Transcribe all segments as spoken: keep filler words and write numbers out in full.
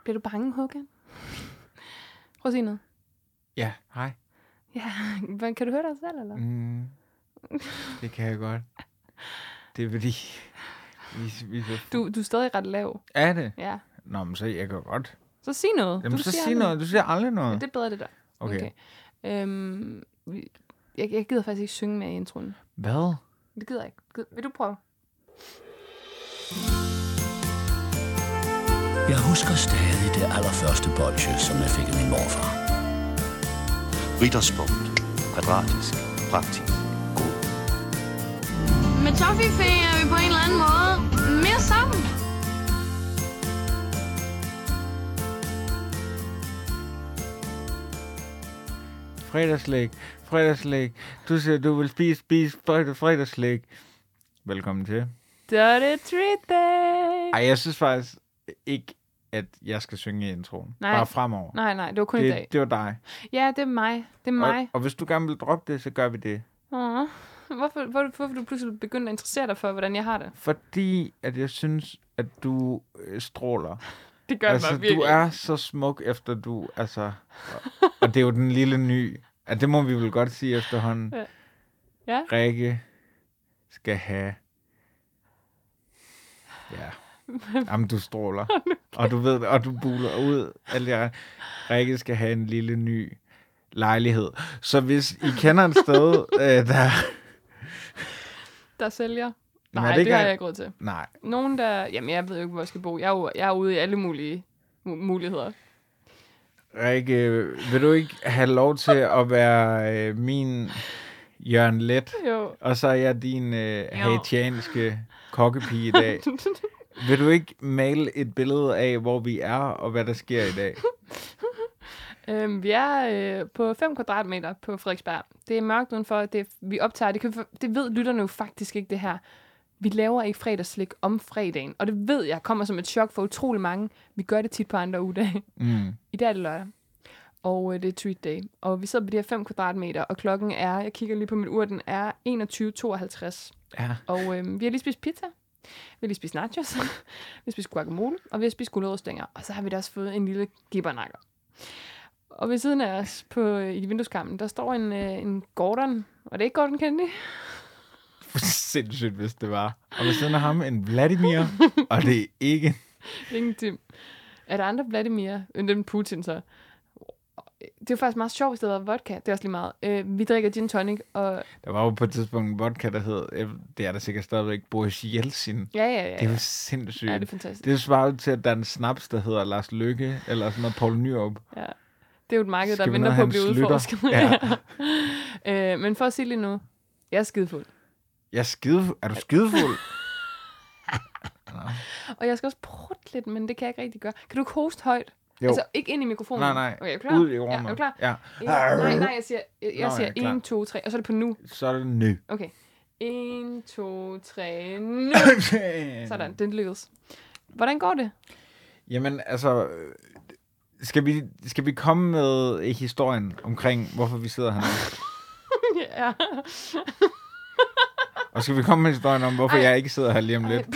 Bliver du bange, Håkan? Prøv at sige noget. Ja, hej. Ja, kan du høre dig selv, eller? Mm, det kan jeg godt. Det er fordi... Vi, vi så... Du, du er stadig ret lav. Er det? Ja. Nå, men så jeg kan godt. Så sig noget. Jamen, du så siger sig noget. Du siger aldrig noget. Ja, det er bedre, det der. Okay. okay. Øhm, jeg, jeg gider faktisk ikke synge med i introen. Hvad? Det gider jeg ikke. Gider, vil du prøve? Jeg husker stadig det allerførste bolsje, som jeg fik af min morfar. Ritterspunkt. Kvadratisk. Praktisk. God. Med Toffifee er vi på en eller anden måde mere sammen. Fredagslæg. Fredagslæg. Du siger, du vil spise, spise fredagslæg. Velkommen til. Dirty Treat Day. Ej, jeg synes faktisk ikke, at jeg skal synge i introen. Nej. Bare fremover. Nej, nej, det var kun det, i dag. Det var dig. Ja, det er mig. Det er mig. Og, og hvis du gerne vil droppe det, så gør vi det. Åh. Hvorfor, hvor, hvorfor du pludselig begyndt at interessere dig for, hvordan jeg har det? Fordi, at jeg synes, at du øh, stråler. Det gør altså, mig virkelig. Du er så smuk, efter du... Altså, og, og det er jo den lille ny... At det må vi vel godt sige efterhånden. Ja. Ja. Rikke skal have... Ja. Jamen, du stråler. Okay. Og du ved det, og du buler ud. Alt det. Rikke skal have en lille ny lejlighed. Så hvis I kender et sted, øh, der... Der sælger? Men Nej, det, det, det har kan... jeg ikke råd til. Nej. Nogen, der... Jamen, jeg ved jo ikke, hvor jeg skal bo. Jeg er, jo, jeg er ude i alle mulige mu- muligheder. Rikke, vil du ikke have lov til at være øh, min Jørgen Let? Jo. Og så er jeg din øh, haitianske kokkepige i dag. Vil du ikke male et billede af, hvor vi er, og hvad der sker i dag? øhm, vi er øh, på fem kvadratmeter på Frederiksberg. Det er mørkt udenfor. Det er, vi optager. Det, kan, det ved lytterne jo faktisk ikke, det her. Vi laver ikke fredagsslik om fredagen. Og det ved jeg kommer som et chok for utrolig mange. Vi gør det tit på andre ugedage. Mm. I dag er det lørdag. Og øh, det er treat day. Og vi sidder på de her fem kvadratmeter, og klokken er, jeg kigger lige på mit ur, den er enogtyve tooghalvtreds. Ja. Og øh, vi har lige spist pizza. Vi har lige spist nachos. Vi har spist guacamole, og vi har spist gulerodsstænger. Og så har vi da også fået en lille gibbernakker. Og ved siden af os på, i vindueskarmen, der står en, øh, en Gordon. Og det er ikke Gordon Kennedy? Sindssygt, hvis det var. Og ved siden af ham en Vladimir, og det er ikke... Ingen Tim. Er der andre Vladimir, end den Putin så? Det er jo faktisk meget sjovt, hvis det var vodka. Det er også lige meget. Øh, vi drikker gin tonic, og... Der var jo på et tidspunkt en vodka, der hed... Det er der sikkert stadigvæk Boris Yeltsin. Ja, ja, ja. ja. Det er jo sindssygt. Ja, det er fantastisk. Det svarer til, at der er en snaps, der hedder Lars Løkke, eller sådan noget Poul Nyrup. Ja. Det er jo et marked, der Skal venter på at blive udforsket. Ja. øh, men for at sige lige nu, jeg er skidefuld. Jeg er skidefuld. Er du skidefuld? Og jeg skal også prutte lidt, men det kan jeg ikke rigtig gøre. Kan du ikke hoste højt? Jo. Altså ikke ind i mikrofonen. Nej, nej. Okay, er du klar? Ud i rummet. Ja, er du klar? Ja. En, nej, nej, jeg siger, jeg, jeg Nå, siger jeg er klar. en, to, tre, og så er det på nu. Så er det nu. Okay. en, to, tre, nu. Sådan, det lykkedes. Hvordan går det? Jamen, altså... Skal vi, skal vi komme med historien omkring, hvorfor vi sidder hernede? Ja. Og skal vi komme med historien om, hvorfor Ej. jeg ikke sidder her lige om lidt?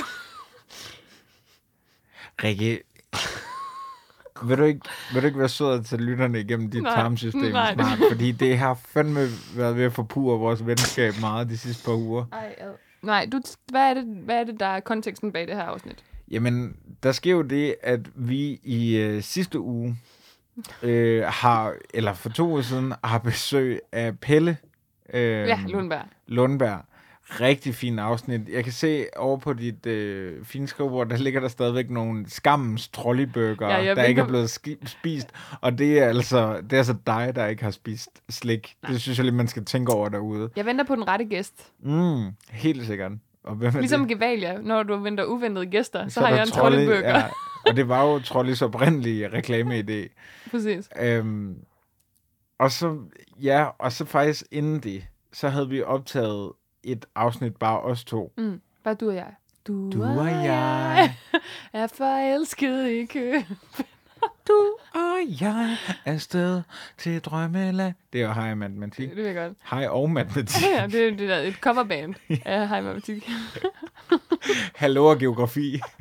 Rikke, vil du ikke, vil du ikke være sød til lytterne igennem dit Nej. tarmsystem Nej. snart? Fordi det har fandme været ved at forpurre vores venskab meget de sidste par uger. Ej, ad. Nej, du, hvad, er det, hvad er det, der er konteksten bag det her afsnit? Jamen, der sker jo det, at vi i øh, sidste uge øh, har, eller for to uger siden, har besøg af Pelle øh, Ja, Lundberg. Lundberg. Rigtig fin afsnit. Jeg kan se over på dit øh, fine skrivebord, der ligger der stadigvæk nogle skammens trolleyburger, Ja, jeg der ikke er venter- blevet ski- spist. Og det er altså det er altså dig, der ikke har spist slik. Nej. Det synes jeg lige, man skal tænke over derude. Jeg venter på den rette gæst. Mm, helt sikkert. Og hvem er Ligesom det? Gevalia, når du venter uventede gæster, så, så er har der jeg en trolley- trolleburger. Ja. Og det var jo Trollys oprindelige reklameidé. Præcis. Øhm, og så, ja, og så faktisk inden det, så havde vi optaget et afsnit bare os to. Mm. Bare du og jeg. Du, Du og jeg. er forelsket i kø. Du og jeg er sted til drømmeland. Det er jo hej matematik. Det vil jeg godt. Hej og matematik. Ja, det er det der, et coverband af Hej Matematik. Hallo og geografi.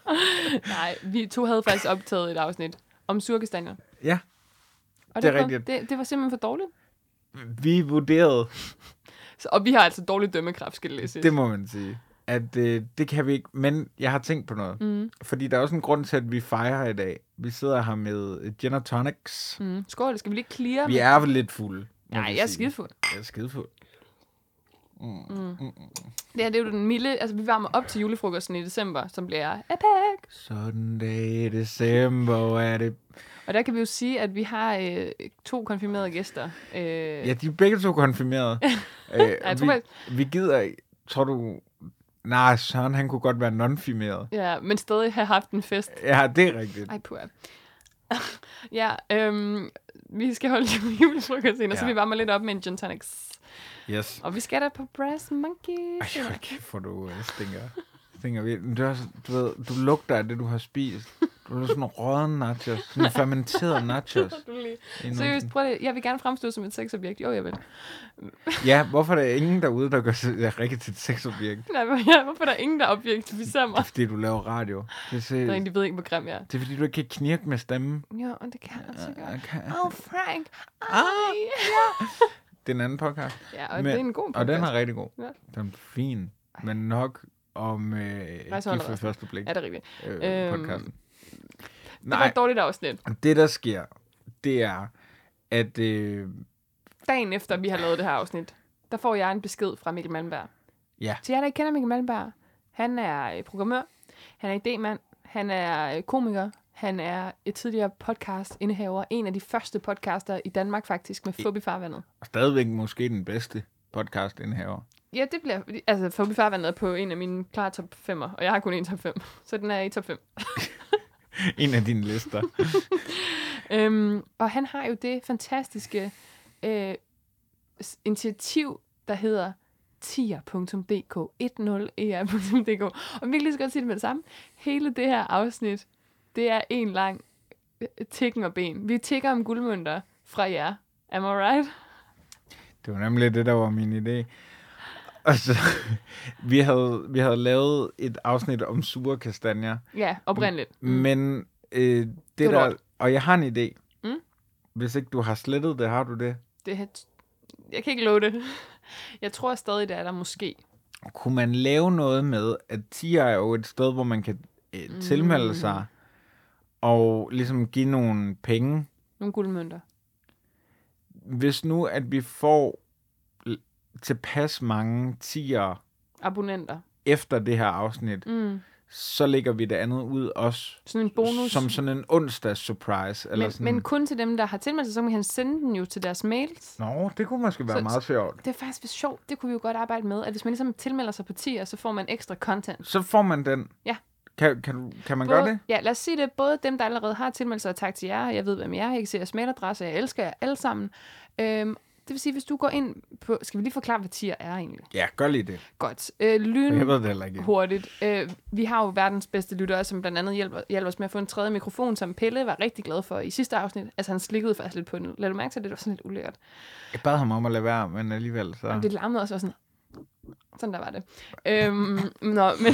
Nej, vi to havde faktisk optaget et afsnit om surkastanjer. Ja, Og det er var, rigtigt. Det, det var simpelthen for dårligt. Vi vurderede, Så, og vi har altså dårlig dømmekraft, skal det læses. det må man sige, at øh, det kan vi ikke. Men jeg har tænkt på noget. Mm. Fordi der er også en grund til, at vi fejrer i dag. Vi sidder her med gin og tonics. Mm. Skål, skal vi lige clear? Vi er vel lidt fulde. må Nej, vi jeg er sige. skidefuld. Jeg er skidefuld. Mm. Mm. Mm. Det her, det er jo den milde... Altså, vi varmer op til julefrokosten i december, som bliver epic. Sunday i december er det. Og der kan vi jo sige, at vi har øh, to konfirmerede gæster. Øh, Ja, de er begge to konfirmerede. øh, jeg tror vi, faktisk- vi gider ikke. Tror du... Nej, Søren, han kunne godt være non-firmeret. ja, men stadig have haft en fest. Ja, det er rigtigt. Ej, puha. Ja, øhm, vi skal holde julefrokost ind, og så Ja. vi varmer lidt op med en gin tonics. Yes. Og vi skal da på Brass Monkeys. Ej, hold kæft, hvor du øh, stinker. Stinker virkelig. Du, er, også- du, ved, du lugter af det, du har spist. Du er sådan en råden nachos. Sådan en fermenteret nachos. Du lige. Endnu Seriøst, sådan. prøv det. Jeg vil gerne fremstå som et sexobjekt. Jo, jeg vil. Ja, hvorfor er der ingen derude, der gør sig rigtig til et sexobjekt? Nej, hvor- ja, hvorfor er der ingen, der objektificerer Det mig? er fordi, du laver radio. Det er, Der er så, en, de ved ikke, hvor grim jeg er. det er fordi, du ikke kan knirke med stemmen. Jo, og det kan jeg altså godt. Okay. Åh, oh, Frank. Ah. Ej. Det er en anden podcast. Ja, og Men- det er en god podcast. Og den er rigtig god. Ja. Den er fin. Men nok om øh, Rejseholdet gift ved også. første blik. Ja, det er rigtigt. Øh, Øhm, podcasten. Det var Nej, et dårligt afsnit. det der sker, det er, at øh, Dagen efter, vi har lavet det her afsnit, der får jeg en besked fra Mikkel Malmberg. ja, Så jeg der ikke kender Mikkel Malmberg, han er øh, programmør, han er idémand, han er øh, komiker, han er et tidligere podcast-indehaver, en af de første podcaster i Danmark faktisk, med Fubi Farvandet. og stadigvæk måske den bedste podcast-indhaver. Ja, det bliver, altså Fubi Farvandet er på en af mine klare top femmer, og jeg har kun en top fem, så den er i top fem. En af dine lister. Øhm, og han har jo det fantastiske øh, s- initiativ, der hedder tier punktum d k, ti e r punktum d k. Og vi kan lige så godt sige det med det samme. Hele det her afsnit, det er en lang øh, tikken og ben. Vi tigger om guldmønter fra jer. Am I right? Det var nemlig det, der var min idé. Og så, vi havde, vi havde lavet et afsnit om sure kastanjer, Ja, oprindeligt. mm. men øh, det, Det var der, lort. og jeg har en idé. Mm. Hvis ikke du har slettet det, har du det? Det, er- jeg kan ikke love det. Jeg tror stadig, det er der måske. Kunne man lave noget med, at tier er jo et sted, hvor man kan øh, tilmelde sig, og ligesom give nogle penge. Nogle guldmønter. Hvis nu, at vi får l- tilpas mange tier Abonnenter. efter det her afsnit, Mm. så lægger vi det andet ud også. Sådan en bonus. Som sådan en onsdags surprise. Eller men, sådan. men kun til dem, der har tilmeldt sig, så kan han sende den jo til deres mails. Nå, det kunne måske være Så- meget sjovt. Det er faktisk vist sjovt. Det kunne vi jo godt arbejde med. At hvis man ligesom tilmelder sig på tier, så får man ekstra content. Så får man den. Ja. Kan, kan, du- kan man Både, gøre det? Ja, lad os sige det. Både dem, der allerede har tilmeldt sig, og tak til jer. Jeg ved, hvem jeg er. Jeg kan se jeres mailadresse. Jeg elsker jer alle sammen. Øhm, det vil sige, hvis du går ind på... Skal vi lige forklare, hvad tier er egentlig? Ja, gør lige det. Godt. Øh, lyn... Jeg ved det heller ikke. Hurtigt. Øh, vi har jo verdens bedste lyttere, som blandt andet hjælper, hjælper os med at få en tredje mikrofon, som Pelle var rigtig glad for i sidste afsnit. Altså, han slikkede faktisk lidt på den. Lad du mærke til, at det var sådan lidt ulækkert. Jeg bad ham om at lade være, men alligevel så... Og det larmede også og sådan... Sådan der var det. Øhm, nå, men...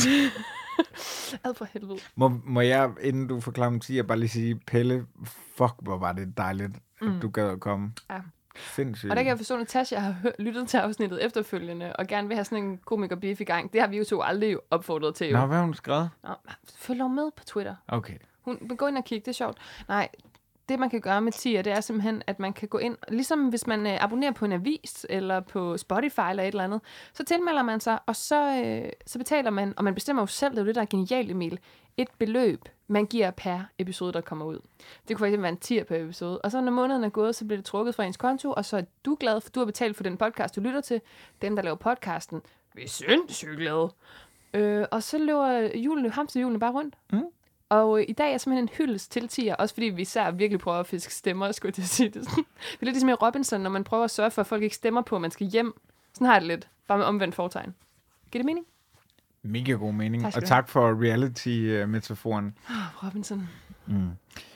Ad for helvede. Må, må jeg, inden du forklarer om tier, bare lige sige, Pelle, fuck, hvor var det dejligt, at Mm. du gad at komme. Ja. Sindssygt. Og der kan jeg forstå, at Natasha har hø- lyttet til afsnittet efterfølgende, og gerne vil have sådan en komiker-beef i gang. Det har vi jo to aldrig opfordret til. Jo. Nå, hvad har hun skrevet? Nå, følg dog med på Twitter. Okay. Hun, men gå ind og kigge, det er sjovt. Nej, det man kan gøre med tier, det er simpelthen, at man kan gå ind, ligesom hvis man øh, abonnerer på en avis, eller på Spotify eller et eller andet, så tilmelder man sig, og så, øh, så betaler man, og man bestemmer jo selv, det er jo det, der er genialt, Emil, et beløb, man giver per episode, der kommer ud. Det kunne fx være en tier per episode. Og så når måneden er gået, så bliver det trukket fra ens konto, og så er du glad, for du har betalt for den podcast, du lytter til. Dem, der laver podcasten, vi er sindssygt glade. Øh, og så løber julen, hamsterhjulene bare rundt. Mm. Og øh, i dag er simpelthen en hyldest til tier, også fordi vi især virkelig prøver at fiske stemmer, skulle jeg til at sige det. Sådan. Det er lidt ligesom i Robinson, når man prøver at sørge for, at folk ikke stemmer på, at man skal hjem. Sådan har jeg det lidt, bare med omvendt fortegn. Giver det mening? Mega god mening. Tak skal Og du have. tak for reality-metaforen. Oh, Robinson. Mm.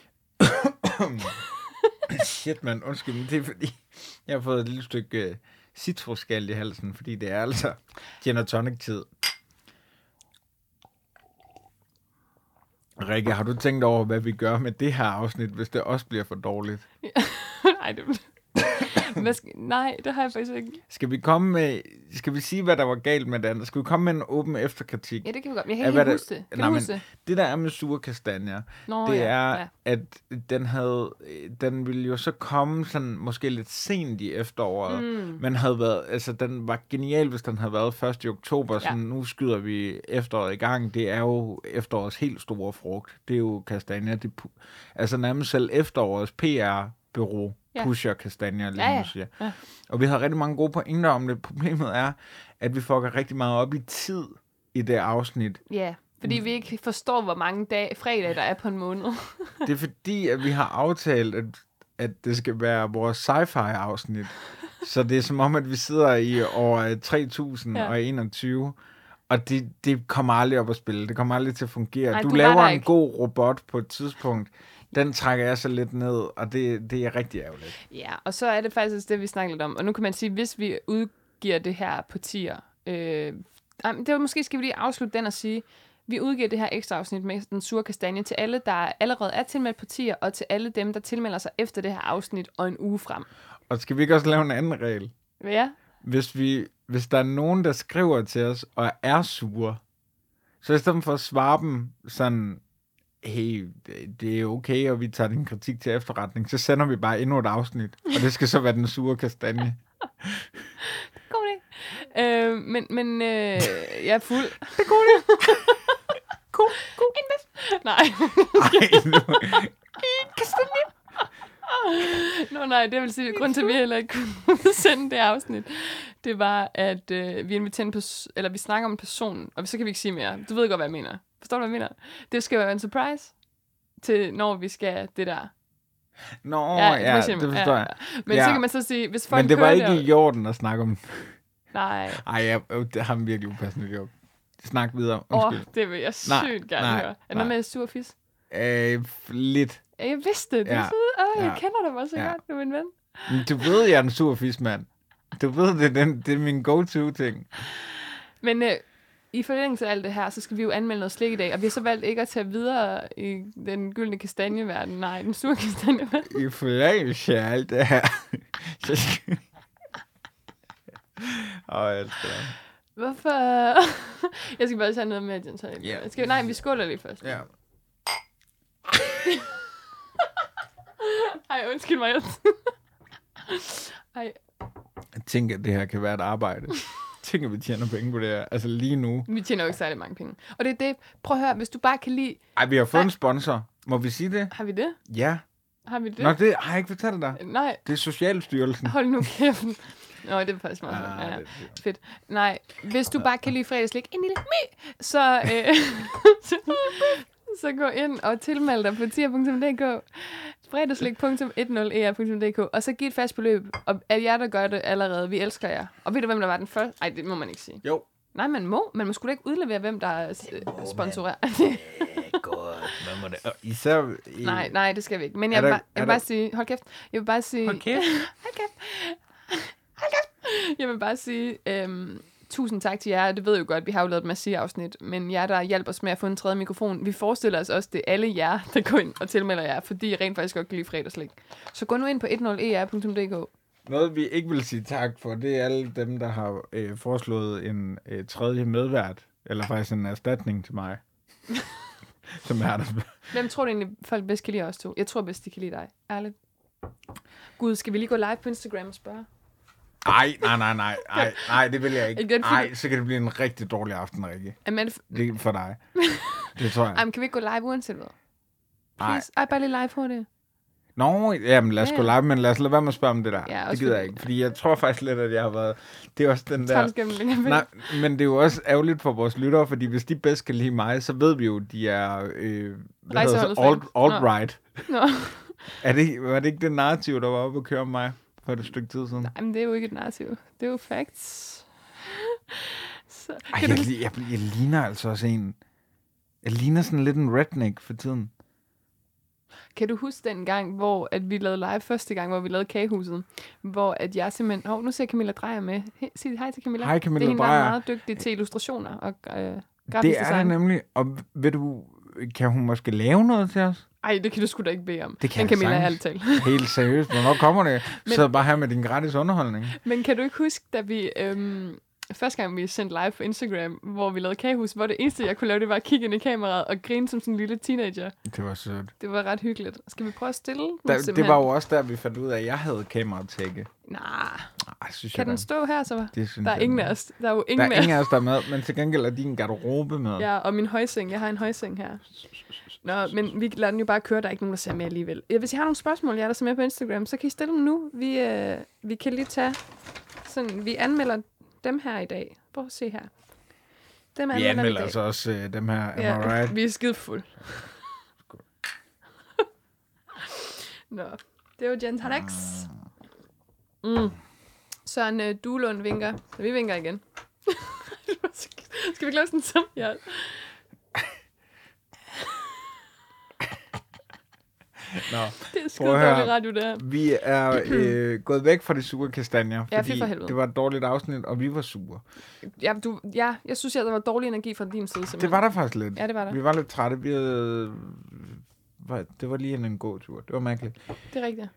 Shit, man. Undskyld, men det er fordi, jeg har fået et lille stykke uh, citrusskal i halsen, fordi det er altså gin og tonic-tid. Rikke, har du tænkt over, hvad vi gør med det her afsnit, hvis det også bliver for dårligt? Nej, det Hvad skal... Nej, det har jeg faktisk ikke. Skal vi komme med... Skal vi sige, hvad der var galt med den? Skal vi komme med en åben efterkritik? Ja, det kan vi godt. Jeg kan ikke helt huske det. Kan Nej, du huske det? Det der er med sure kastanjer, Nå, det ja. er, Ja. at den havde... Den ville jo så komme sådan måske lidt sent i efteråret, Mm. men havde været... Altså, den var genial, hvis den havde været først i oktober. Sådan, Ja. nu skyder vi efteråret i gang. Det er jo efterårets helt store frugt. Det er jo kastanjer. Det pu- altså nærmest selv efterårets P R-bureau Ja. pusher kastanjer, lige Ja, ja. nu siger. Ja. Og vi har rigtig mange gode pointer om det. Problemet er, at vi fucker rigtig meget op i tid i det afsnit. Ja, fordi vi ikke forstår, hvor mange dage, fredag der er på en måned. Det er fordi, at vi har aftalt, at, at det skal være vores sci-fi-afsnit. Så det er som om, at vi sidder i år tre tusind enogtyve, ja. Og det, det kommer aldrig op at spille. Det kommer aldrig til at fungere. Nej, du, du laver var der en ikke. god robot på et tidspunkt. Den trækker jeg så lidt ned, og det, det er rigtig ærgerligt. Ja, og så er det faktisk også det, vi snakker lidt om. Og nu kan man sige, hvis vi udgiver det her på tier, øh, det var måske skal vi lige afslutte den og sige, vi udgiver det her ekstra afsnit med den sure kastanje til alle, der allerede er tilmeldt på tier, og til alle dem, der tilmelder sig efter det her afsnit og en uge frem. Og skal vi ikke også lave en anden regel? Ja? Hvis, vi, hvis der er nogen, der skriver til os og er sure, så i stedet for at svare dem sådan, hey, det er okay, og vi tager din kritik til efterretning, så sender vi bare endnu et afsnit, og det skal så være den sure kastanje. God idé. Øh, men men øh, jeg er fuld. Det er god idé. God, god. En vif. Nej. Ej, nu. Kastanje. Nå nej, det vil sige, grund til, at vi heller ikke kunne sende det afsnit, det var, at øh, vi inviterer en pers- eller vi snakker om en person, og så kan vi ikke sige mere. Du ved godt, hvad jeg mener. Forstår du, hvad jeg mener? Det skal være en surprise til, når vi skal det der. Nå, ja, ja det forstår ja, jeg. Ja. Men ja. så kan man så sige, hvis folk Men det var ikke det, i orden at snakke om. Nej. Ej, jeg, det har en virkelig upassende job. Snak videre. Åh, Undskyld. oh, det vil jeg sygt nej, gerne nej, høre. Er der noget med sur fis? Øh, lidt. Ja, jeg vidste det. Det er Ja. så, åh, jeg Ja. kender dig bare så Ja. godt, du er min ven. Men du ved, jeg er en sur fismand. Du ved, det er, den, det er min go-to-ting. Men øh, i forlængelse af alt det her, så skal vi jo anmelde noget slik i dag, og vi har så valgt ikke at tage videre i den gyldne kastanjeverden. Nej, den sure kastanjeverden. I forlængelse af alt det her. Så skal... Åh, jeg elsker det. Hvorfor? Jeg skal bare tage noget med gin tonic. Ja. Skal vi... Nej, vi skåler lige først. Ja. Ej, undskyld mig. Ej, Jeg tænker, at det her kan være et arbejde. Jeg tænker, at vi tjener penge på det her. Altså lige nu. vi tjener jo ikke særlig mange penge. Og det er det. Prøv at høre, hvis du bare kan lide... Ej, vi har fået Ej. en sponsor. Må vi sige det? Har vi det? Ja. Har vi det? Nå, det har jeg ikke fortalt dig. Nej, Det er Socialstyrelsen. hold nu kæft. Nå, det er faktisk meget Ah, ja, ja. det- det- Fedt. Nej, hvis du bare kan lide fredagslik, en lille mi, så, øh, så, så gå ind og tilmeld dig på tier punktum d k, fredagslik punktum ti e r punktum d k, og så giv et fast beløb. Og er jer, der gør det allerede, vi elsker jer. Og ved du, hvem der var den første? Nej, det må man ikke sige. Jo. Nej, man må. Man må sgu da ikke udlevere, hvem der er sponsorer. Godt. Hvad må det? Og især... I... nej, nej, det skal vi ikke. Men Er jeg vil, der- bare, jeg er vil bare der- sige, hold kæft, jeg vil bare sige... Hold kæft. Hold kæft. Hold kæft. Jeg vil bare sige, øhm, tusind tak til jer. Det ved jeg jo godt, vi har jo lavet et massive afsnit, men jer, der hjælper os med at få en tredje mikrofon, vi forestiller os også, det er alle jer, der går ind og tilmelder jer, fordi I rent faktisk godt kan lide fredagslik. Så gå nu ind på ti e r punktum d k. Noget, vi ikke vil sige tak for, det er alle dem, der har øh, foreslået en øh, tredje medvært, eller faktisk en erstatning til mig. Som er der. Hvem tror du egentlig, folk bedst kan lide os to? Jeg tror bedst, de kan lide dig. Ærligt. Gud, skal vi lige gå live på Instagram og spørge? Ej, nej, nej, nej, nej, nej, det vil jeg ikke. Ikke den Nej, så kan det blive en rigtig dårlig aften, Rikke. Amen, Det er for dig. Det tror jeg. Ej, men kan vi ikke gå live uanset hvad? Nej. Please. Ej, bare lige live på det. Nå, jamen lad os Ja, gå ja. live, men lad os lade være med at spørge om det der. Ja, det også gider jeg fordi- ikke, fordi jeg tror faktisk lidt, at jeg har været... Det er også den der... Transgemmelig. Nej, men det er jo også ærgerligt for vores lyttere, fordi hvis de bedst kan lide mig, så ved vi jo, de er... Øh, hvad hedder det? Rejseholdets Alt, fans. alt-right. Nå. Er det, var det ikke det narrativ, der var oppe at køre om mig for et stykke tid siden? Ej, men det er jo ikke et narrativ. Det er jo facts. Så, Ej, kan jeg, du... jeg, jeg, jeg ligner altså også en... Jeg ligner sådan lidt en redneck for tiden. Kan du huske den gang, hvor at vi lavede live første gang, hvor vi lavede Kagehuset, hvor at jeg simpelthen... Hov, nu ser Camilla Drejer med. He, sig hej til Camilla. Hej, Camilla det er hende, der Drejer. er meget dygtig til illustrationer og øh, grafisk Det er det design. nemlig. Og ved du, kan hun måske lave noget til os? Ej, det kan du sgu da ikke bede om. Det kan Men jeg Camilla, sagtens. ærligt talt. Helt seriøst. Hvornår kommer det? Men- Så bare her med din gratis underholdning. Men kan du ikke huske, da vi... Øhm, første gang, vi sendte live på Instagram, hvor vi lavede kagehus, hvor det eneste, jeg kunne lave, det var at kigge ind i kameraet og grine som sådan en lille teenager. Det var sødt. Det var ret hyggeligt. Skal vi prøve at stille den? Da, det simpelthen? var jo også der, vi fandt ud af, at jeg havde kameratække. Nej. Ej, synes Kan jeg den da. stå her, så? Det synes Der er jeg ingen da. af os. Der er jo Der ingen er af ingen af os, der er med, men til gengæld er din garderobe med. Ja, og min højseng. Jeg har en højseng her. Nå, men vi lader den jo bare køre. Der er ikke nogen, der ser med alligevel. Ja, hvis I har nogle spørgsmål, jeg er der så med på Instagram, så kan I stille dem nu. Vi, øh, vi kan lige tage... Sådan, vi anmelder dem her i dag. Prøv at se her. Dem Vi anmelder, anmelder i dag. altså også øh, dem her, am I Ja, right? vi er skide fuld. Nå, det var Jens Alex. Mm. Søren uh, Duelund vinker. Så vi vinker igen. Skal vi klare sådan som? Ja. Nå, Det er skide Prøv at høre. dårlig radio, det her. vi er øh, gået væk fra de sure kastanjer, Ja, fy fordi for helvede. det var et dårligt afsnit, og vi var sure. Ja, du, ja, jeg synes, at der var dårlig energi fra din side, simpelthen. Det var der faktisk lidt. Ja, det var der. Vi var lidt trætte. Vi havde... var- Det var lige en, en god tur. Det var mærkeligt. Det er rigtigt.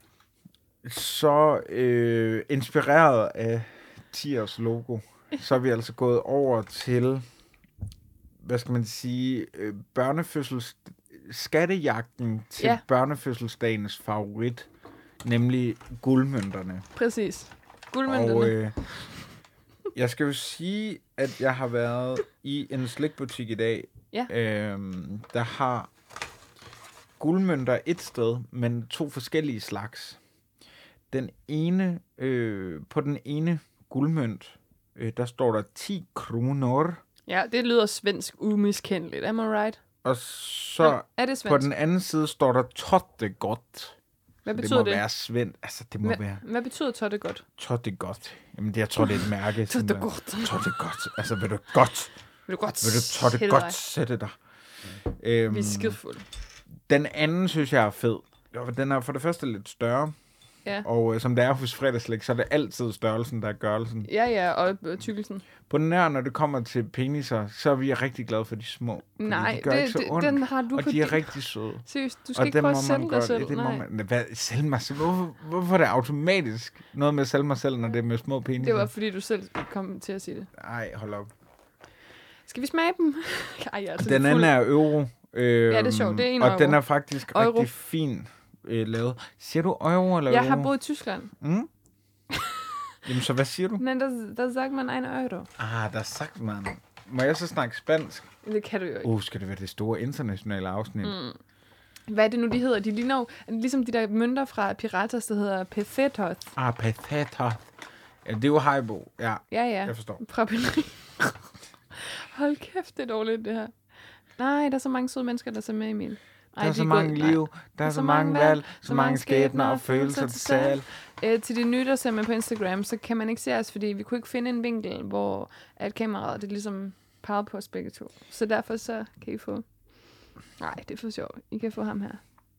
Så øh, inspireret af Tiers logo, så er vi altså gået over til, hvad skal man sige, øh, børnefødsels skattejagten til Ja. ja. børnefødselsdagens favorit, nemlig guldmønterne. Præcis. Guldmønterne. Og øh, jeg skal jo sige, at jeg har været i en slikbutik i dag, Ja. øhm, der har guldmønter et sted, men to forskellige slags. Den ene, øh, på den ene guldmønt, øh, der står der ti kroner, Ja, det lyder svensk umiskendeligt. Am I right? og så er det på svensk? den anden side står der tottegodt. Hvad det betyder må det? være svensk. Altså, det må Hvad, være hvad betyder totte godt? tottegodt. Jamen, det, jeg tror, det er et mærke. Tottegodt. Tottegodt. Altså, vil du godt, Vil du godt vil du sætte tottegodt dig? sætte dig? Øhm, Vi er skidefulde. Den anden synes jeg er fed. Jo, den er for det første lidt større, Ja. og øh, som det er hos fredagslæg, så er det altid størrelsen, der er gørelsen. Ja, ja, og øh, tykkelsen. På den her, når det kommer til peniser, så er vi rigtig glade for de små. fordi Nej, de gør det, ikke så det, ondt, den har du og på de er din- rigtig søde. Seriøst, du skal Og ikke dem prøve må at sælge man dig godt, selv. det må Nej. man, hvad, sælge mig selv? Hvorfor, hvorfor er det automatisk noget med at sælge mig selv, når det er med små peniser? Det var, fordi du selv kom til at sige det. Ej, hold op. Skal vi smage dem? Ej, jeg er altså Den fuld. anden er euro. Øh, Ja, det er sjovt. Det er en og euro. den er faktisk Euro. rigtig fin øh, lavet. Siger du euro eller Jeg euro? har boet i Tyskland. Mm? Jamen, så hvad siger du? Men der, der sagt man en euro. Ah, der er sagt, man. Må jeg så snakke spansk? Det kan du jo ikke. Uh, skal det være det store internationale afsnit? Mm. Hvad er det nu, de hedder? De ligner jo ligesom de der mønter fra Piratas, der hedder pesetas. Ah, patheter. Ja, det er jo Haribo. Ja, Ja, ja. jeg forstår. Fra Benin. Hold kæft, det er dårligt, det her. Nej, der er så mange søde mennesker, der ser med, Emil. Der er de så gået- mange nej. liv, der er så mange valg, så mange skæbner og følelser til salg. Øh, til de nye, der ser med på Instagram, så kan man ikke se os, fordi vi kunne ikke finde en vinkel, hvor at kameraet det ligesom pegede på os begge to. Så derfor så kan I få... Nej, det er for sjovt. I kan få ham her.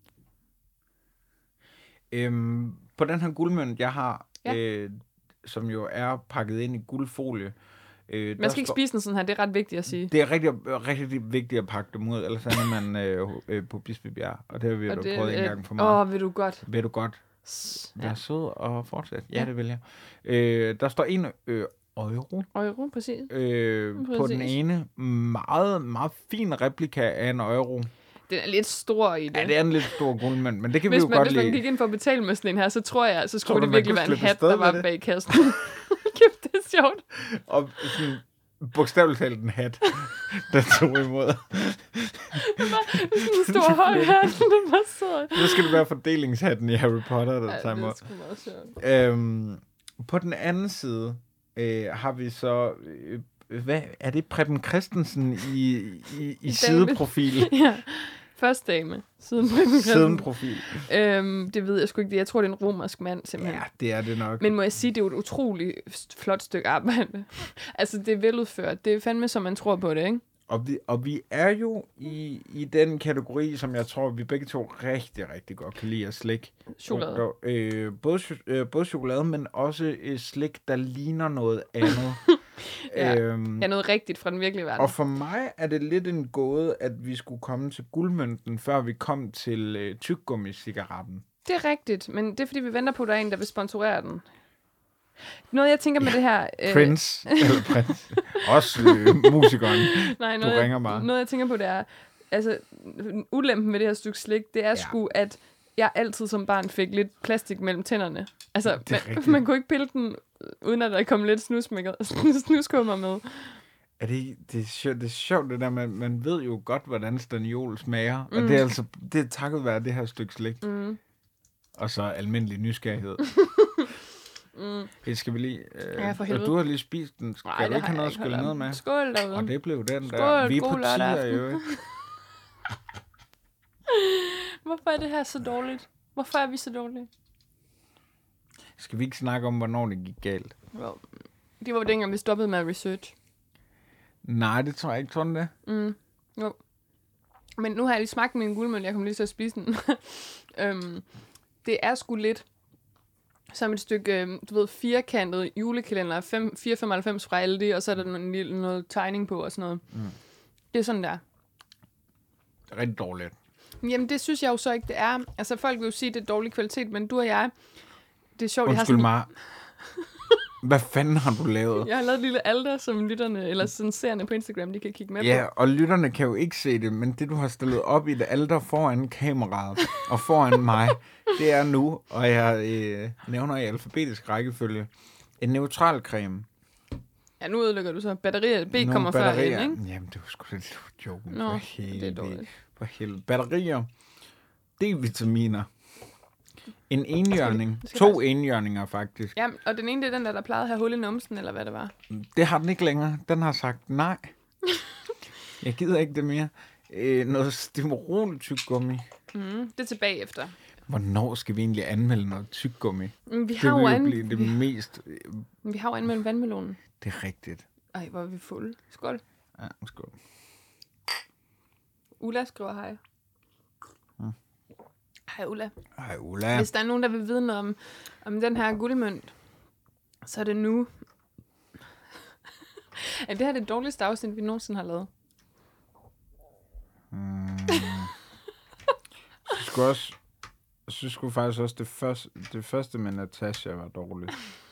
Øhm, på den her guldmønt, jeg har, Ja. øh, som jo er pakket ind i guldfolie. Øh, Man der skal ikke står- spise den sådan her, det er ret vigtigt at sige. Det er rigtig, rigtig vigtigt at pakke dem ud, ellers er man øh, øh, på Bispebjerg, og det har vi jo Og det, prøvet en øh, gang for meget. Åh, vil du godt. Vil du godt S- være Ja. sød og fortsætte? Ja, Ja. det vil jeg. Øh, der står en øh, euro Euro, præcis. øh, på den Præcis. ene. Meget, meget fin replika af en euro. Den er lidt stor i det. Ja, det er en lidt stor guldmønt, men det kan Hvis vi jo man, godt hvis man lide. gik ind for at betale med sådan en her, så tror jeg, så Tror skulle du, det man virkelig kunne være en slippe hat, afsted der med var det? bag kassen. Kæft, det er sjovt. Og sådan bogstaveligt talt en hat, der tog imod. Sådan en stor høj hat, det var så... Så skal det være fordelingshatten i Harry Potter, der Ja, tager det er imod. sgu meget sjovt. Øhm, på den anden side øh, har vi så, øh, hvad er det, Preben Christensen i, i, i sideprofil? Ja, første dame. Siden Preben Sideprofil. øhm, Det ved jeg sgu ikke. Jeg tror, det er en romersk mand, simpelthen. Ja, det er det nok. Men må jeg sige, det er jo et utroligt flot stykke arbejde. Altså, det er veludført. Det er fandme, som man tror på det, ikke? Og vi, og vi er jo i, i den kategori, som jeg tror, vi begge to rigtig, rigtig godt kan lide at slik. Chokolade. Og, øh, både, cho- øh, både chokolade, men også øh, slik, der ligner noget andet. Ja. Øhm, Ja, noget rigtigt fra den virkelige verden. og for mig er det lidt en gåde, at vi skulle komme til guldmønten, før vi kom til øh, tyggegummi-cigaretten. Det er rigtigt, men det er fordi, vi venter på, at der er en, der vil sponsorere den. Noget, jeg tænker med det her... Øh, Prince, eller Prince, også øh, musikeren. nej, Du noget, ringer jeg, bare. noget, jeg tænker på, det er... Altså, ulempen med det her stykke slik, det er Ja. sgu, at jeg altid som barn fik lidt plastik mellem tænderne. Altså, Det er man, rigtigt. man kunne ikke pille den, uden at der kom lidt snusmækker- snuskummer med. Er det, det, er sjovt, det er sjovt, det der, man, man ved jo godt, hvordan staniol smager. Mm. Og Mm. det er altså det er takket være det her stykke slik. Mm. Og så almindelig nysgerrighed. Mm. Det skal vi lige... Øh, Ja, for og helvede. du har lige spist den. Skal Nej, du det ikke har have noget jeg at ikke. skylle Hold ned da. med? Skål derude. Og det blev den der. Skål, Vi er god på lørdag tider, aften. jo. Hvorfor er det her så dårligt? Hvorfor er vi så dårlige? Skal vi ikke snakke om, hvornår det gik galt? Well, det var jo dengang, vi stoppede med research. Nej, det tror jeg ikke, sådan det. Mm. Jo. Men nu har jeg lige smagt min guldmøl, jeg kommer lige til at spise den. øhm, det er sgu lidt som et stykke, øhm, du ved, firkantet julekalender, fem, fire komma femoghalvfems fra Aldi, og så er der noget, noget, noget tegning på og sådan noget. Mm. Det er sådan der. Det er rigtig dårligt. Jamen, det synes jeg jo så ikke, det er. Altså, folk vil jo sige, det er dårlig kvalitet, men du og jeg, det er sjovt, jeg har Undskyld sådan, mig. Hvad fanden har du lavet? jeg har lavet et lille alter, som lytterne, eller sådan seerne på Instagram, de kan kigge med Ja, på. og lytterne kan jo ikke se det, men det, du har stillet op i det alter foran kameraet og foran mig, det er nu, og jeg øh, nævner i alfabetisk rækkefølge, en neutral creme. Ja, nu ødelægger du så. Batterier, B Nogle kommer før batterier. ind, ikke? Jamen, det var sgu lidt joken. Nå, for det er helvede. dårligt. For helvede. Batterier. D-vitaminer. En enhjørning. skal To faktisk- enhjørninger, faktisk. Ja, og den ene, det er den der, der plejede at have hul i numsen, eller hvad det var. Det har den ikke længere. Den har sagt nej. Jeg gider ikke det mere. Øh, noget Stimorol tyggegummi. Mm, det er tilbage efter. Hvornår skal vi egentlig anmelde noget tyggegummi? Men vi Det har jo vil jo an... blive det vi, mest... vi har jo anmeldt vandmelonen. Det er rigtigt. Ej, hvor er vi fulde. Skål. Ja, skål. Ulla skriver hej. Mm. Hej Ulla. Hej, Ulla. Hvis der er nogen, der vil vide noget om, om den her guldmønt, så er det nu. Ja, det her er det dårligste afsnit, vi nogensinde har lavet. Mm. Jeg synes også... Jeg synes sgu faktisk også, det første, det første med Natasha var dårligt.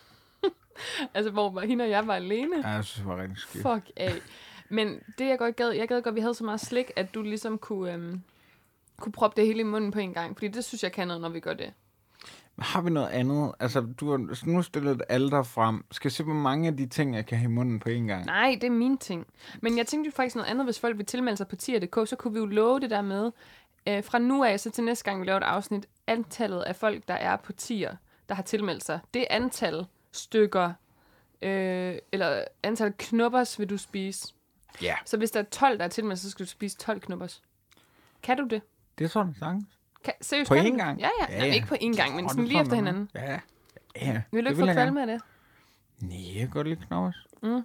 Altså, hvor hende og jeg var alene. Ja, jeg synes, det var rigtig skidt. Fuck af. Men det, jeg godt gad, jeg gad godt, at vi havde så meget slik, at du ligesom kunne, øhm, kunne proppe det hele i munden på en gang. Fordi det synes jeg kan noget, når vi gør det. Har vi noget andet? Altså, du har nu stillet et alter frem. Skal jeg se, hvor mange af de ting, jeg kan have i munden på en gang? Nej, det er mine ting. Men jeg tænkte jo faktisk noget andet, hvis folk vil tilmelde sig på tier punktum d k, så kunne vi jo love det der med, øh, fra nu af, så til næste gang vi laver et afsnit, antallet af folk, der er på tier, der har tilmeldt sig, det antal stykker, øh, eller antal knubbers vil du spise. Ja. Så hvis der er tolv, der er tilmeldt sig, så skal du spise tolv knubbers. Kan du det? Det er sådan, sagtens. Kan, seriøst, På kan én du det? gang? Ja, ja. Ja, Nej, ja. ikke på én gang, men Åh, sådan det lige tror efter jeg, hinanden. Ja. Ja. Vil du ikke det få jeg kvalme gerne. af det? Nej, jeg kan godt lide knoppers. Mm.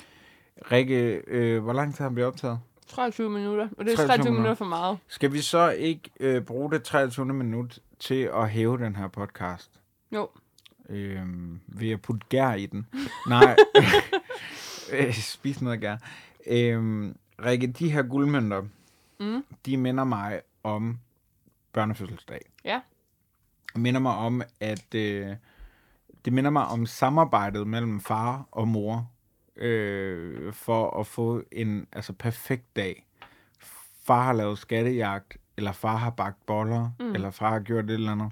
Rikke, øh, hvor lang tid har vi optaget? treogtyve minutter, og det er treogtyve treogtyve minutter. minutter for meget. Skal vi så ikke øh, bruge det treogtyvende minut til at hæve den her podcast? Jo. Øhm, ved at putte gær i den. Nej. Øh, Spis noget gær. Øhm, Rikke, de her guldmønter, Mm. de minder mig om børnefødselsdag. Ja. Minder mig om, at øh, det minder mig om samarbejdet mellem far og mor øh, for at få en altså perfekt dag. Far har lavet skattejagt, eller far har bagt boller, mm. eller far har gjort et eller andet.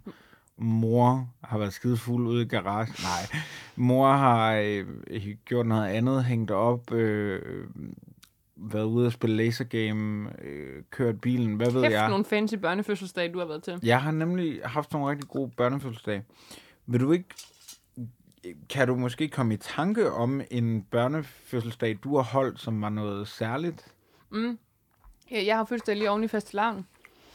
Mor har været skidefuld ude i garagen. Nej. Mor har øh, gjort noget andet, hængt op, øh, været ude at spille lasergame, øh, kørt bilen, hvad ved Kæft, jeg. nogle fancy børnefødselsdage, du har været til. Jeg har nemlig haft nogle rigtig gode børnefødselsdage. Vil du ikke, kan du måske komme i tanke om en børnefødselsdag, du har holdt, som var noget særligt? Mm. Ja, jeg har fødselsdag lige oven i fastelavn.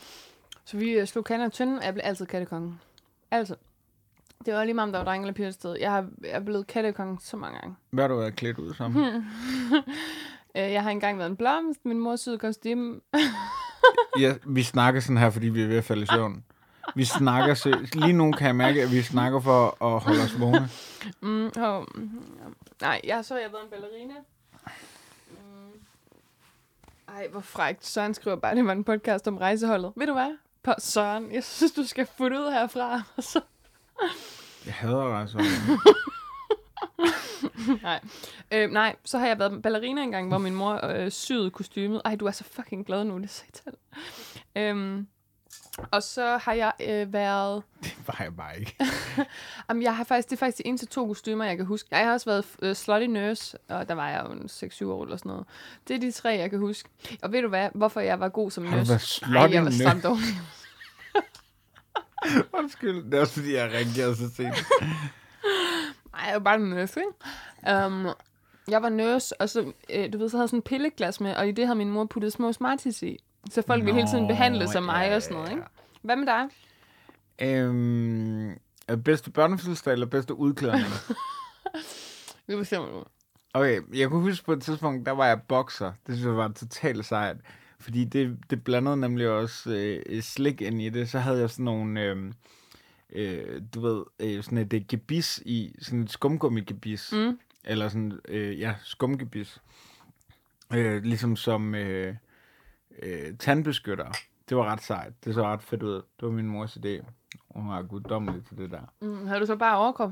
Så vi uh, slog kander og tynde, og jeg blev altid kattekongen. Altså. Det var lige meget, om der var drenge eller piger et sted. Jeg har jeg er blevet kattekongen så mange gange. Hvad har du været klædt ud som? Uh, jeg har engang været en blomst, min mor syede kostume. Ja, vi snakker sådan her, fordi vi er ved at falde i søvn. Vi snakker seriøst. Lige nu kan jeg mærke, at vi snakker for at holde os vågne. Mm, oh, nej, jeg så, jeg har været en ballerina. Mm. Ej, hvor frækt. Søren skriver bare, at det var en podcast om rejseholdet. Ved du hvad? På Søren, jeg synes, du skal få det ud herfra. Så. Jeg hader rejseholdet. nej. Øh, nej, så har jeg været ballerina engang, hvor min mor øh, syede kostymet. Ej, du er så fucking glad nu, det sagde til. Øhm, og så har jeg øh, været... Det var jeg bare ikke. Jamen, jeg har faktisk, det er faktisk de eneste to kostymer, jeg kan huske. Jeg har også været øh, slutty nurse, og der var jeg jo seks syv år eller sådan noget. Det er de tre, jeg kan huske. Og ved du hvad, hvorfor jeg var god som nurse? Har du været slutty Ej, jeg var nurse? stramt dårlig. Undskyld, det er også fordi, jeg reagerede så sent. Nej, jeg var bare en nurse, ikke? Um, jeg var nurse, og så, øh, du ved, så havde jeg sådan en pilleglas med, og i det havde min mor puttet små Smarties i. Så folk Nå, ville hele tiden behandle som mig ja, og sådan noget, ikke? Hvad med dig? Øhm, bedste børnefødselsdag eller bedste udklædning? Det bestemmer du. Okay, jeg kunne huske på et tidspunkt, der var jeg bokser. Det synes jeg var totalt sejt. Fordi det, det blandede nemlig også øh, slik ind i det. Så havde jeg sådan nogle, øh, øh, du ved, øh, sådan et, et gebis i, sådan et skumgummi-gebis. Mm. Eller sådan, øh, ja, skumgebis. Øh, ligesom som øh, øh, tandbeskytter. Det var ret sejt. Det så ret fedt ud. Det var min mors idé. Hun var guddommelig til det der. Mm, havde du så bare overkrop?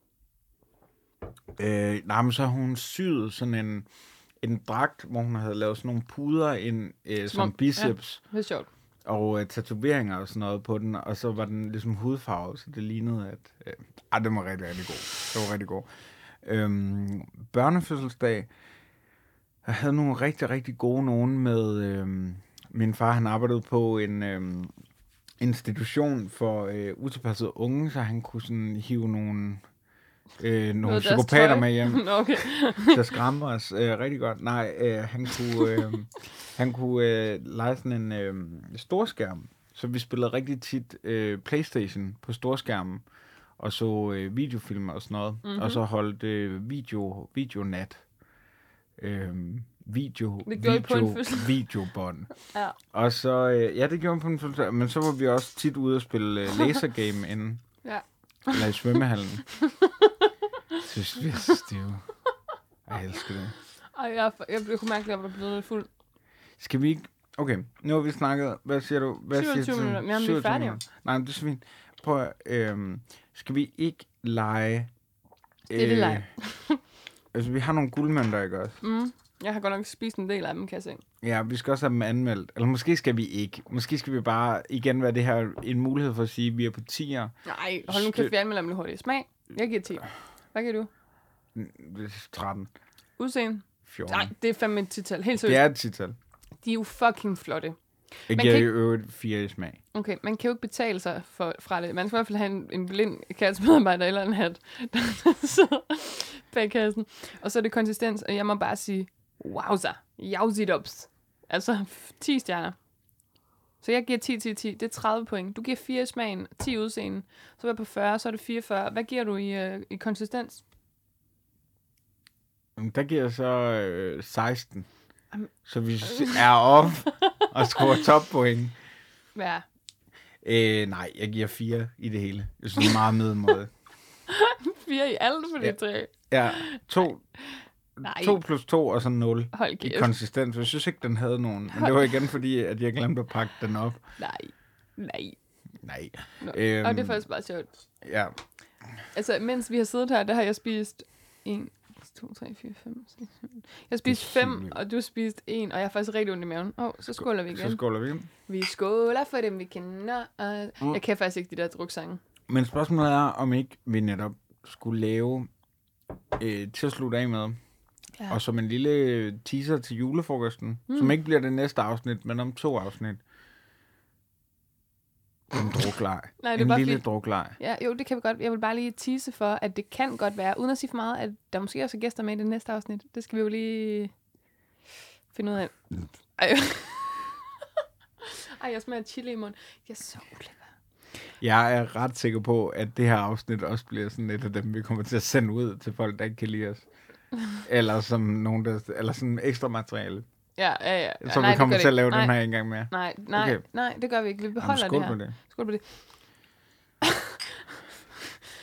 Øh, nej, men så har hun syet sådan en, en dragt, hvor hun havde lavet sådan nogle puder ind øh, som, som biceps. Ja, det er sjovt. Og øh, tatoveringer og sådan noget på den. Og så var den ligesom hudfarvet, så det lignede, at... Øh, ah, det var rigtig, rigtig god. Det var rigtig god. Øhm, børnefødselsdag. Jeg havde nogle rigtig, rigtig gode nogen med... Øh, min far, han arbejdede på en øh, institution for øh, utilpassede unge, så han kunne sådan hive nogle... Øh, nogle psykopater med hjem, okay. der skræmmer os øh, rigtig godt. Nej, øh, han kunne, øh, han kunne øh, lege sådan en øh, storskærm, så vi spillede rigtig tit øh, PlayStation på storskærmen, og så øh, videofilm og sådan noget, mm-hmm. og så holdt øh, video, videonat. Øh, video, video, videobånd. Ja. Og så, øh, ja, det gjorde vi på en fødselsdag, men så var vi også tit ude og spille øh, lasergame inden. Ja. Eller i svømmehallen. Synes vi er så stive. Jeg elsker det. Ej, jeg, jeg, jeg kunne mærke, at jeg var blevet lidt fuld. Skal vi ikke... Okay, nu har vi snakket... Hvad siger du? Hvad syvogtyve siger du? minutter. Jamen, vi er færdige. Nej, men det er så fint. Prøv at... Øhm, skal vi ikke lege... Det er det lege. Altså, vi har nogle guldmønter, ikke også? Mm. Jeg har godt nok spist en del af dem, kan jeg se. Ja, vi skal også have dem anmeldt. Eller måske skal vi ikke. Måske skal vi bare igen være det her en mulighed for at sige, at vi er på tier. Nej, hold nu kæft, vi anmelder dem lidt hurtigt. Smag? Jeg giver ti. Hvad giver du? tretten. Udseende? fjorten. Nej, det er fandme et tital. Helt seriøst. Det er et tital. De er jo fucking flotte. Jeg Man giver kan jo øvrigt fire i smag. Okay, man kan jo ikke betale sig for, fra det. Man skal i hvert fald have en, en blind kassemedarbejder eller en hat, der sidder bag kassen. Og så er det konsistens, og jeg må bare sige, wowza, jauzidops. Altså ti stjerner. Så jeg giver ti, ti, ti. Det er tredive point. Du giver fire i smagen, ti udseende. Så er jeg på fyrre, så er det fireogfyrre. Hvad giver du i, uh, i konsistens? Der giver jeg så øh, seksten. Um, så vi er off og scorer toppoint. Ja. Øh, nej, jeg giver fire i det hele. Jeg synes, det er meget middelmåde. Fire i alle for de ja. tre? Ja, to, nej. to plus to og så nul Hold i konsistens. Jeg synes ikke, den havde nogen. Men det var igen fordi, at jeg glemte at pakke den op. Nej, nej. Nej. Øhm, og det er faktisk bare sjovt. Ja. Altså, mens vi har siddet her, der har jeg spist en, to, tre, fire, fem, seks, syv. Jeg har spist fem, og du har spist en, og jeg har faktisk rigtig ondt i maven. Åh, oh, så skåler vi igen. Så skåler vi. Vi skåler for dem, vi kender. Uh, mm. Jeg kan faktisk ikke de der druksange. Men spørgsmålet er, om ikke vi netop skulle lave øh, til at slutte af med. Ja. Og som en lille teaser til julefrokosten, mm. som ikke bliver det næste afsnit, men om to afsnit. En drukleg. Nej, en lille fordi... drukleg. Ja, jo, det kan vi godt. Jeg vil bare lige tease for, at det kan godt være, uden at sige for meget, at der måske også er gæster med i det næste afsnit. Det skal vi jo lige finde ud af. Ej, Ej jeg smager chili i munden. Jeg er så ulækker. Jeg er ret sikker på, at det her afsnit også bliver sådan et af dem, vi kommer til at sende ud til folk, der ikke kan lide os. Eller som nogen, der, eller sådan ekstra materiale. Ja, ja, ja. Så nej, vi kommer til at lave nej. den her en gang mere. Nej, nej, okay. nej, det gør vi ikke. Vi beholder Jamen, skål det her. På det. Skål på det.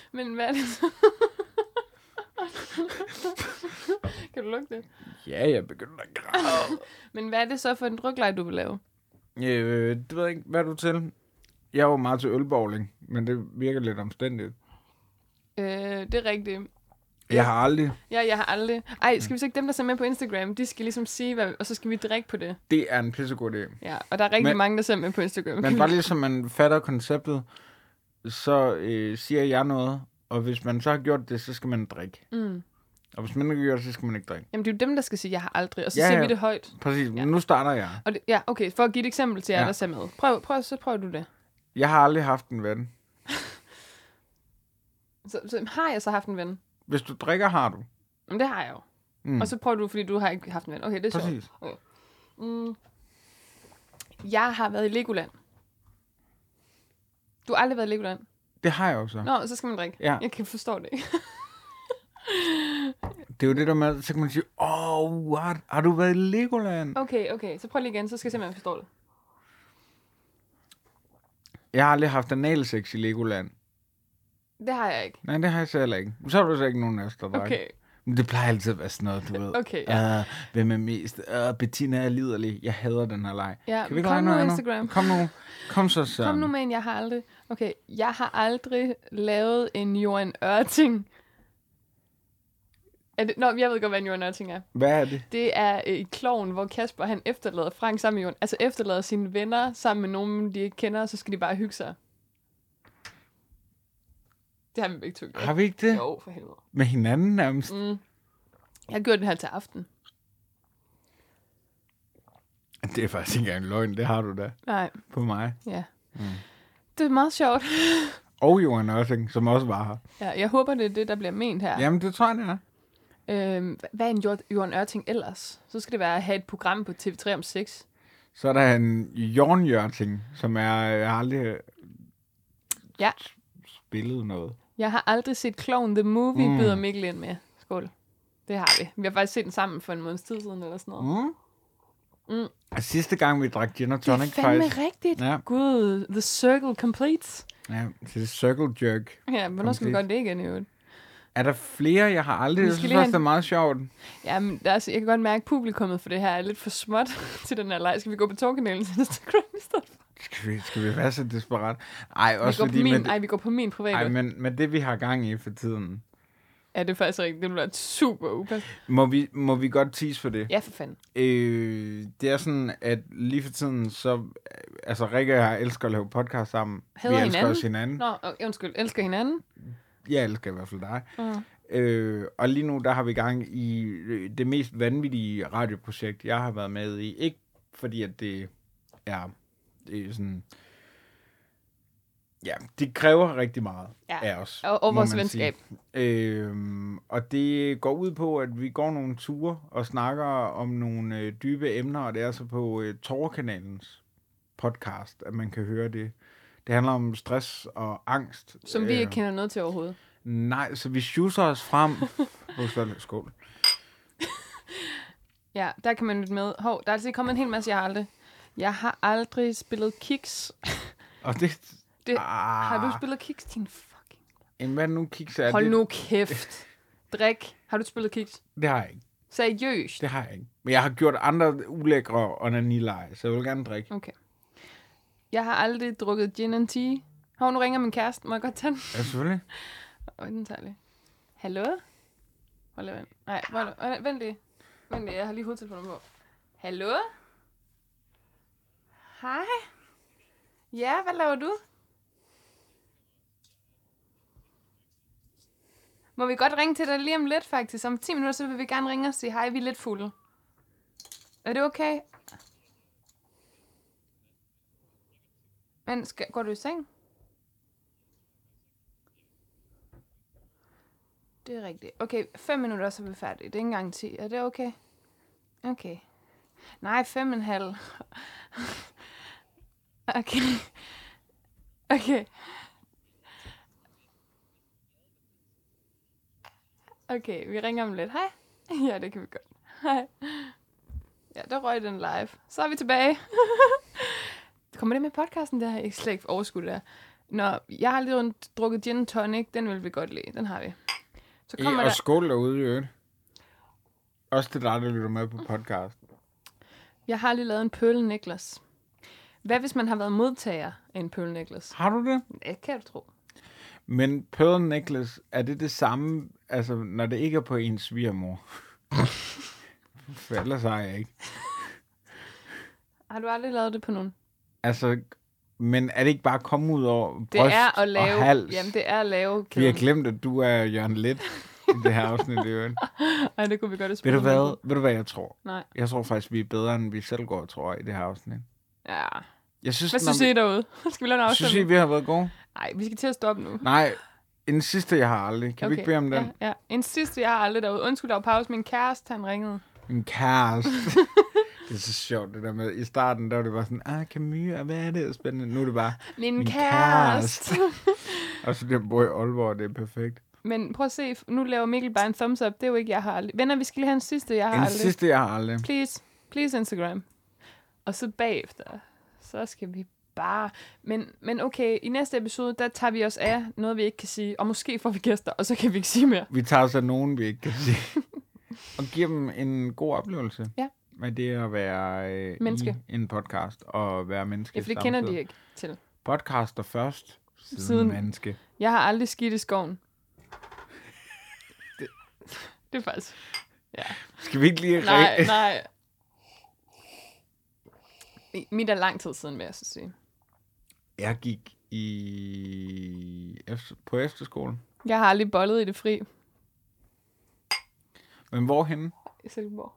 Men hvad er det så? Kan du lugte det? Ja, jeg begynder at græde. Men hvad er det så for en drukleje, du vil lave? øh, det ved jeg ikke, hvad er du til? Jeg er jo meget til ølbowling, men det virker lidt omstændigt. Øh, det er rigtigt. Jeg har aldrig... Ja, jeg har aldrig... Ej, skal vi så ikke dem, der ser med på Instagram, de skal ligesom sige, hvad... og så skal vi drikke på det. Det er en pissegod idé. Ja, og der er rigtig Men- mange, der ser med på Instagram. Men bare lige så man fatter konceptet, så øh, siger jeg noget, og hvis man så har gjort det, så skal man drikke. Mm. Og hvis man ikke har gjort det, så skal man ikke drikke. Jamen, det er jo dem, der skal sige, jeg har aldrig, og så Ja, siger ja. vi det højt. Præcis, Ja. men nu starter jeg. Og det, ja, okay, for at give et eksempel til jer, Ja. der ser med. Prøv, prøv, så prøver du det. Jeg har aldrig haft en ven. Så, så har jeg så haft en ven? Hvis du drikker, har du. Men det har jeg jo. Mm. Og så prøver du, fordi du har ikke haft en ven. Okay, det er sjovt. Præcis. Okay. Mm. Jeg har været i Legoland. Du har aldrig været i Legoland? Det har jeg jo så. Nå, så skal man drikke. Ja. Jeg kan forstå det. Det er jo det der med, så kan man sige, åh, oh, what? Har du været i Legoland? Okay, okay. Så prøv lige igen, så skal jeg simpelthen forstå det. Jeg har aldrig haft analsex i Legoland. Det har jeg ikke. Nej, det har jeg så heller ikke. Så er du så ikke nogen af os, der drikker. Okay, Men det plejer altid at være sådan noget, du ved. okay. Ja. Uh, hvem er mest? Uh, Bettina er liderlig. Jeg hader den her leg. Ja, Kan vi ikke kom lege nu noget andet? Instagram. Kom nu. Kom så, Søren. Kom nu med en, jeg har aldrig... Okay, jeg har aldrig lavet en Johan Ørting. Er det... Nå, jeg ved godt, hvad en Johan Ørting er. Hvad er det? Det er øh, i Kloven, hvor Kasper han efterlader Frank sammen med Johan. Altså efterlader sine venner sammen med nogen, de ikke kender, og så skal de bare hygge sig. Det har vi begge to gjort. Har vi ikke det? Jo, for helvede. Med hinanden nærmest? Mm. Jeg har gjort det her til aften. Det er faktisk ikke engang løgn. Det har du da Nej, på mig. ja. Mm. Det er meget sjovt. Og Johan Ørting, som også var her. Ja, jeg håber, det er det, der bliver ment her. Jamen, det tror jeg, det er. Øhm, hvad er en Jo- Johan Ørting ellers? Så skal det være at have et program på T V tre om sex. Så er der en Jorn Jørting, som er... Jeg har aldrig Ja. spillet noget. Jeg har aldrig set Clown the Movie, Mm. mm. byder Mikkel ind med. Skål. Det har vi. Vi har faktisk set den sammen for en måneds tid siden, eller sådan noget. Mm. Mm. Og sidste gang, vi drak gin og Det er tonic, fandme faktisk. rigtigt. Ja. Gud, the circle completes. Ja, det er circle jerk. Ja, hvornår skal vi Complete. gøre det igen i øvrigt? Er der flere, jeg har aldrig? Vi Jeg skal synes lige også, have det er meget sjovt. Ja, men der er, jeg kan godt mærke, at publikummet for det her er lidt for småt til den her leg. Skal vi gå på Torkanalen til Instagram i stedet for? Skal vi, skal vi være så desperat? Ej, Vi også går, på fordi... min, Med, ej, vi går på min private. ej, men med det, vi har gang i for tiden, Ja, det er faktisk rigtigt. Det bliver super upas. må vi, må vi godt tease for det. Ja, for fanden. Øh, det er sådan, at lige for tiden, så... Altså, Rikke og jeg elsker at lave podcast sammen. Hader vi elsker hinanden? også hinanden. Nå, øh, undskyld. Elsker hinanden? Jeg elsker i hvert fald dig. Uh. Øh, og lige nu, der har vi gang i øh, det mest vanvittige radioprojekt, jeg har været med i. Ikke fordi, at det er, det er sådan... Ja, det kræver rigtig meget Ja. af os. Og, og må vores man venskab. sige. Øhm, og det går ud på, at vi går nogle ture og snakker om nogle øh, dybe emner, og det er så på øh, Torkanalens podcast, at man kan høre det. Det handler om stress og angst. Som vi Øh, ikke kender noget til overhovedet. Nej, så vi schusser os frem. Hos Skål. Ja, der kan man lytte med. Hov, der er altså kommet en hel masse, jeg har aldrig. Jeg har aldrig spillet kiks. Og det... Det, ah, Har du spillet kiks, din fucking... Jamen, hvad nu kiks er Hold det? nu kæft. Drik. Har du spillet kiks? Det har jeg ikke. Seriøst? Det har jeg ikke. Men jeg har gjort andre ulækre onanileje, så jeg vil gerne drikke. Okay. Jeg har aldrig drukket gin and tea. Hov, nu ringer min kæreste. Må jeg godt tage den? Ja, selvfølgelig. Øj, den tager jeg lige. Hallo? Hold da, vent. Nej, hold da. Vent lige. Vent lige, jeg har lige hovedtelefonen på. Hallo? Hej? Ja, hvad laver du? Må vi godt ringe til dig lige om lidt, faktisk? Om ti minutter, så vil vi gerne ringe og sige, hej, vi er lidt fulde. Er det okay? Men skal, går du i seng? Det er rigtigt. Okay, fem minutter, så er vi færdige. Det er ikke engang ti. Er det okay? Okay. Nej, fem og en halv. Okay. Okay. Okay, vi ringer om lidt. Hej. Ja, det kan vi godt. Hej. Ja, der røg den live. Så er vi tilbage. Kommer det med i podcasten, der har jeg ikke slet ikke overskudt der. Nå, jeg har lige drukket gin tonic. Den vil vi godt lide. Den har vi. Så I, kommer og der... skål derude i øvrigt. Også til dig, der lytter med på podcast. Jeg har lige lavet en Pearl Necklace. Hvad hvis man har været modtager af en Pearl Necklace? Har du det? Ja, kan du tro. Men Pearl Necklace, er det det samme, altså når det ikke er på ens svigermor? For ellers har jeg ikke. Har du aldrig lavet det på nogen? Altså, men er det ikke bare at komme ud over bryst Det er at lave, og hals? jamen det er at lave Vi har kæden. glemt, at du er Jørgen Let i det her afsnit. Det Ej, det kunne vi godt have ved, spurgt du om, hvad? det ved du hvad, jeg tror? Nej. Jeg tror faktisk, vi er bedre, end vi selv går, tror jeg, i det her afsnit. Ja. Jeg synes, Hvad synes I derude? Skal vi lade en Synes I, afstemning? vi har været gode? Nej, vi skal til at stoppe nu. Nej, en sidste, jeg har aldrig. Kan okay. vi ikke bede om den? Ja, ja. En sidste, jeg har aldrig derude. Undskyld, der var pause. Min kæreste, han ringede. En kæreste. Det er så sjovt, det der med. I starten, der var det bare sådan, ah, Camus, hvad er det? Spændende. Nu er det bare, Min, min kæreste. kæreste. Og så det bor i Aalborg, det er perfekt. Men prøv at se, nu laver Mikkel bare en thumbs up. Det er jo ikke, jeg har aldrig. Venner, vi skal lige have en sidste, jeg har En aldrig. sidste, jeg har aldrig. Please, please Instagram. Og så bagefter, så skal vi bare... Men, men okay, i næste episode, der tager vi os af noget, vi ikke kan sige. Og måske får vi gæster, og så kan vi ikke sige mere. Vi tager så nogen, vi ikke kan sige. Og giver dem en god oplevelse. Ja. Med det at være øh, Menneske. i en podcast og være menneske. Ja, for det kender de ikke til. Podcaster først, siden, Siden- menneske. Jeg har aldrig skidt i skoven. Det, det er faktisk... Ja. Skal vi ikke lige... Nej, re- nej. I- Mit er lang tid siden, vil jeg så sige. Jeg gik i efter, på efterskolen. Jeg har aldrig bollet i det fri Men hvorhenne? i Silkeborg.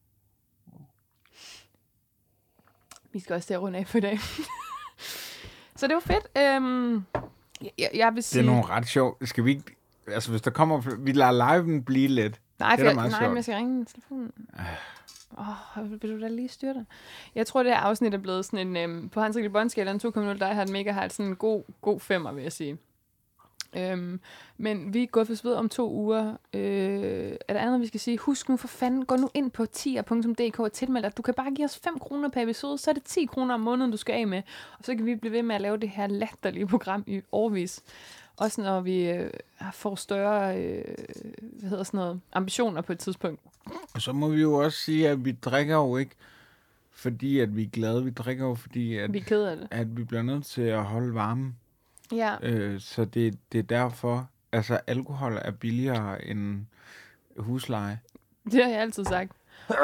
Vi skal også til at runde af for i dag. Så det var fedt. Øhm, jeg, jeg vil Det sige... er nogle ret sjovt. Skal vi ikke... Altså, hvis der kommer... Vi lader liven blive lidt. Nej, det er for da jeg, meget nej, sjovt. men jeg skal ringe i telefonen. Åh, oh, vil du da lige styre det? Jeg tror, det her afsnit er blevet sådan en... Øhm, på Hans Rikkel Bondskalaen to komma nul, der har den mega har sådan en god, god femmer, vil jeg sige. Øhm, men vi går for ved om to uger. Øh, er der andet, vi skal sige? Husk nu for fanden, gå nu ind på tier punktum d k og tilmeld dig. Du kan bare give os fem kroner per episode, så er det ti kroner om måneden, du skal af med. Og så kan vi blive ved med at lave det her latterlige program i årevis. Også når vi øh, får større øh, hvad hedder sådan noget, ambitioner på et tidspunkt. Og så må vi jo også sige, at vi drikker jo ikke, fordi at vi er glade. Vi drikker jo, fordi at, Vi er ked af det. at vi bliver nødt til at holde varmen. Ja. Øh, så det, det er derfor, altså alkohol er billigere end husleje. Det har jeg altid sagt.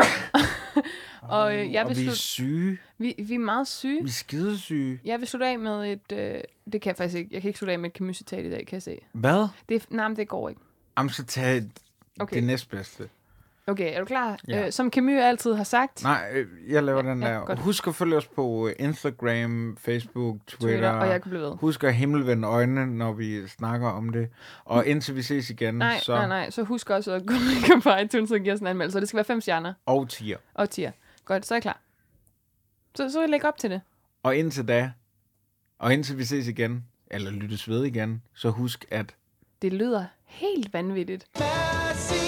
og øh, jeg og vil vi er slutte, syge. vi, vi er meget syge. Vi er skidesyge. Jeg vil slutte af med et... Øh, det kan jeg faktisk ikke. Jeg kan ikke slutte af med et Camus-citat i dag, kan jeg se. Hvad? Det, er- nej, men det går ikke. Jamen, så tag Okay. det næstbedste. Okay, er du klar? Ja. Øh, som Camus altid har sagt. Nej, øh, jeg laver Ja, den ja, der. godt. Husk at følge os på Instagram, Facebook, Twitter. Twitter, og jeg kunne blive ved. Husk at himmelvende øjnene, når vi snakker om det. Og indtil vi ses igen, Nej, så... nej, nej. Så husk også at gå gå på iTunes og give os en anmeldelse. Det skal være fem stjerner Og tier. og tier. Godt, så er jeg klar. Så, så vil jeg lægge op til det. Og indtil da, og indtil vi ses igen, eller lyttes ved igen, så husk at... Det lyder helt vanvittigt. Messi!